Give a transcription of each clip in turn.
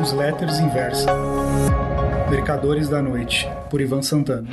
Newsletters Inversa. Mercadores da Noite, por Ivan Santana.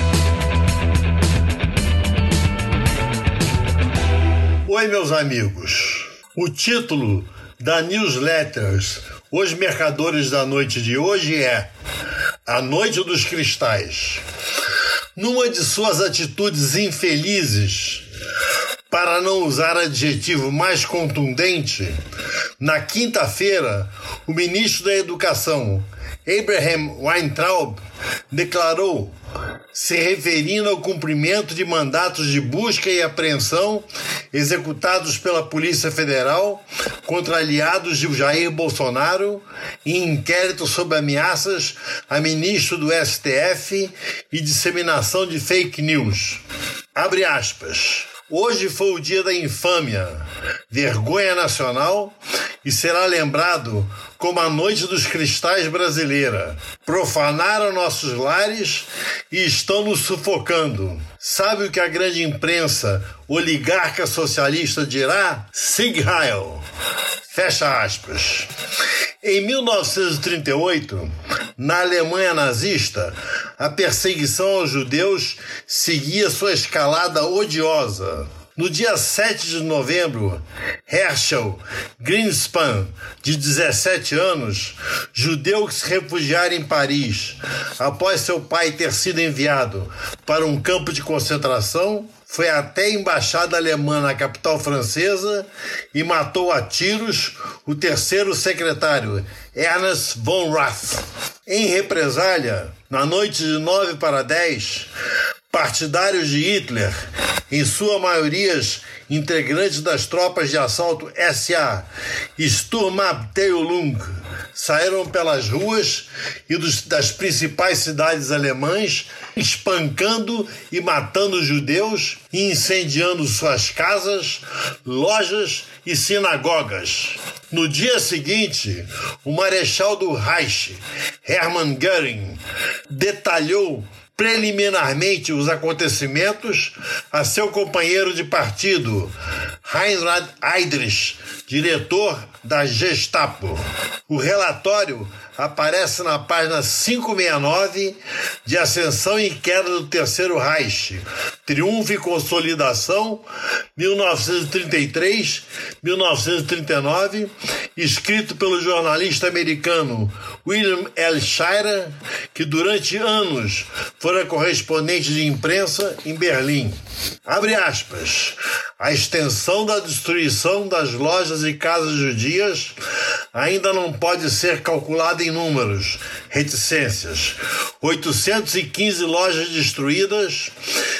Oi, meus amigos. O título da Newsletters Os Mercadores da Noite de hoje é A Noite dos Cristais. Numa de suas atitudes infelizes, para não usar adjetivo mais contundente, na quinta-feira, o ministro da Educação, Abraham Weintraub, declarou, se referindo ao cumprimento de mandatos de busca e apreensão executados pela Polícia Federal contra aliados de Jair Bolsonaro em inquérito sobre ameaças a ministro do STF e disseminação de fake news. Abre aspas. Hoje foi o dia da infâmia, vergonha nacional, e será lembrado como a Noite dos Cristais brasileira. Profanaram nossos lares e estão nos sufocando. Sabe o que a grande imprensa oligarca socialista dirá? Sieg Heil. Fecha aspas. Em 1938, na Alemanha nazista, a perseguição aos judeus seguia sua escalada odiosa. No dia 7 de novembro, Herschel Greenspan, de 17 anos, judeu que se refugiara em Paris, após seu pai ter sido enviado para um campo de concentração, foi até a embaixada alemã na capital francesa e matou a tiros o terceiro secretário, Ernst von Rath. Em represália, na noite de 9 para 10, partidários de Hitler, em sua maioria integrantes das tropas de assalto SA, Sturmabteilung, saíram pelas ruas e das principais cidades alemãs, espancando e matando judeus e incendiando suas casas, lojas e sinagogas. No dia seguinte, o marechal do Reich, Hermann Göring, detalhou preliminarmente os acontecimentos a seu companheiro de partido, Heinrich Heydrich, diretor da Gestapo. O relatório aparece na página 569 de Ascensão e Queda do Terceiro Reich, Triunfo e Consolidação, 1933-1939, escrito pelo jornalista americano William L. Shirer, que durante anos fora correspondente de imprensa em Berlim. Abre aspas. A extensão da destruição das lojas e casas judias ainda não pode ser calculada em números, reticências. 815 lojas destruídas,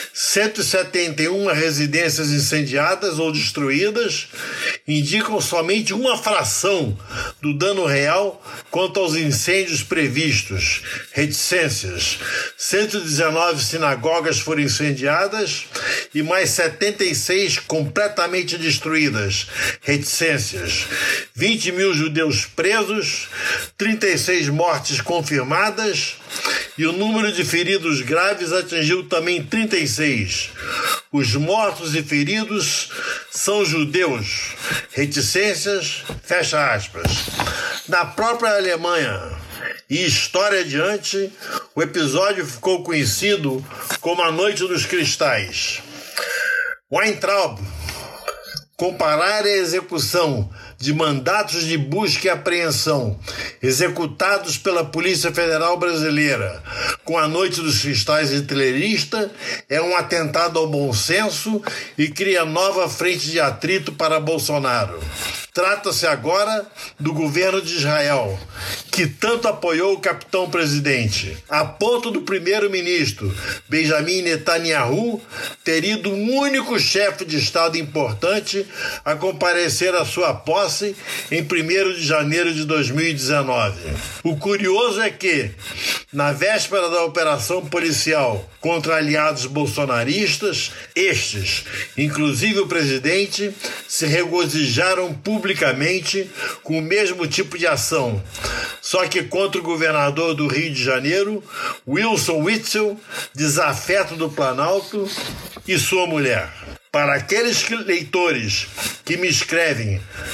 171 residências incendiadas ou destruídas, indicam somente uma fração do dano real quanto aos incêndios previstos. Reticências. 119 sinagogas foram incendiadas e mais 76 completamente destruídas. Reticências. 20 mil judeus presos, 36 mortes confirmadas e o número de feridos graves atingiu também 36. Os mortos e feridos são judeus. Reticências, fecha aspas. Na própria Alemanha, e história adiante, o episódio ficou conhecido como a Noite dos Cristais. Weintraub comparar a execução de mandatos de busca e apreensão executados pela Polícia Federal Brasileira com a Noite dos Cristais hitlerista é um atentado ao bom senso e cria nova frente de atrito para Bolsonaro. Trata-se agora do governo de Israel, que tanto apoiou o capitão presidente, a ponto do primeiro-ministro Benjamin Netanyahu ter ido um único chefe de Estado importante a comparecer à sua posse em 1º de janeiro de 2019. O curioso é que, na véspera da operação policial contra aliados bolsonaristas, estes, inclusive o presidente, se regozijaram publicamente com o mesmo tipo de ação, só que contra o governador do Rio de Janeiro, Wilson Witzel, desafeto do Planalto, e sua mulher. Para aqueles leitores que me escrevem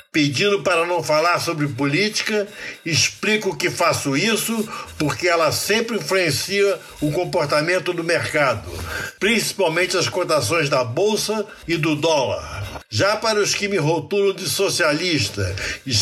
Pedindo para não falar sobre política, explico que faço isso porque ela sempre influencia o comportamento do mercado, principalmente as cotações da bolsa e do dólar. Já para os que me rotulam de socialista,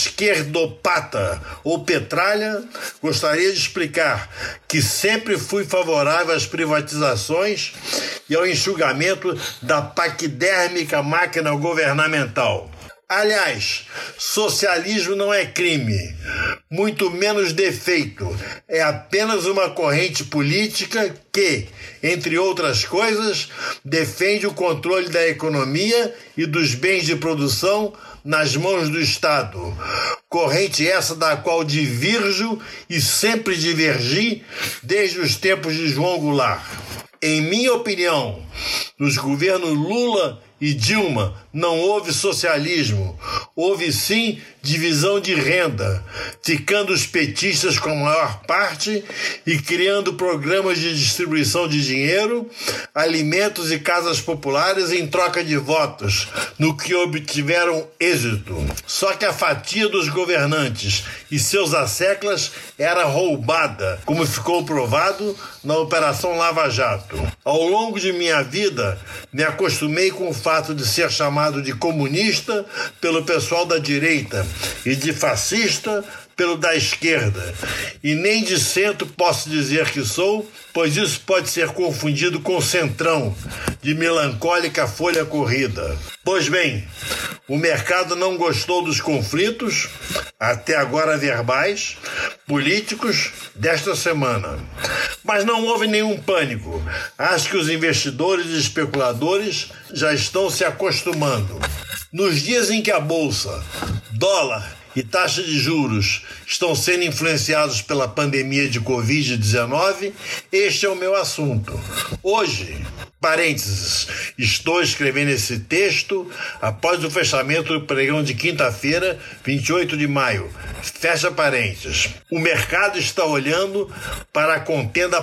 esquerdopata ou petralha, gostaria de explicar que sempre fui favorável às privatizações e ao enxugamento da paquidérmica máquina governamental. Aliás, socialismo não é crime, muito menos defeito. É apenas uma corrente política que, entre outras coisas, defende o controle da economia e dos bens de produção nas mãos do Estado. Corrente essa da qual divirjo e sempre divergi desde os tempos de João Goulart. Em minha opinião, nos governos Lula e Dilma não houve socialismo, houve sim divisão de renda, ficando os petistas com a maior parte e criando programas de distribuição de dinheiro, alimentos e casas populares em troca de votos, no que obtiveram êxito. Só que a fatia dos governantes e seus asseclas era roubada, como ficou provado na Operação Lava Jato. Ao longo de minha vida, me acostumei com o fato de ser chamado de comunista pelo pessoal da direita e de fascista pelo da esquerda. E nem de centro posso dizer que sou, pois isso pode ser confundido com centrão, de melancólica folha corrida. Pois bem, o mercado não gostou dos conflitos, até agora verbais, políticos desta semana. Mas não houve nenhum pânico. Acho que os investidores e especuladores já estão se acostumando. Nos dias em que a bolsa, dólar e taxa de juros estão sendo influenciados pela pandemia de Covid-19, este é o meu assunto. Hoje, parênteses, estou escrevendo esse texto após o fechamento do pregão de quinta-feira, 28 de maio. Fecha parênteses. O mercado está olhando para a contenda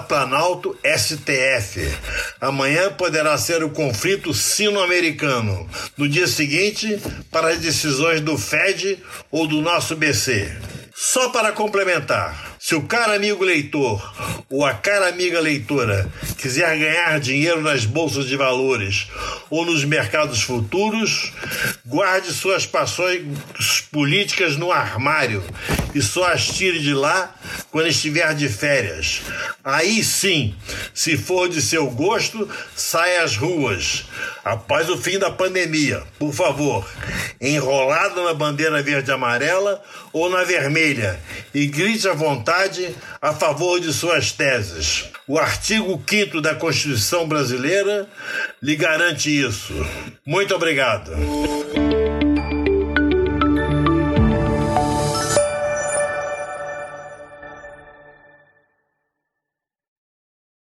Planalto-STF. Amanhã poderá ser o conflito sino-americano. No dia seguinte, para as decisões do Fed ou do nosso BC. Só para complementar, se o caro amigo leitor ou a cara amiga leitora quiser ganhar dinheiro nas bolsas de valores ou nos mercados futuros, guarde suas paixões políticas no armário e só as tire de lá quando estiver de férias. Aí sim, se for de seu gosto, saia às ruas. Após o fim da pandemia, por favor, enrolado na bandeira verde e amarela ou na vermelha, e grite à vontade a favor de suas teses. O artigo 5º da Constituição Brasileira lhe garante isso. Muito obrigado.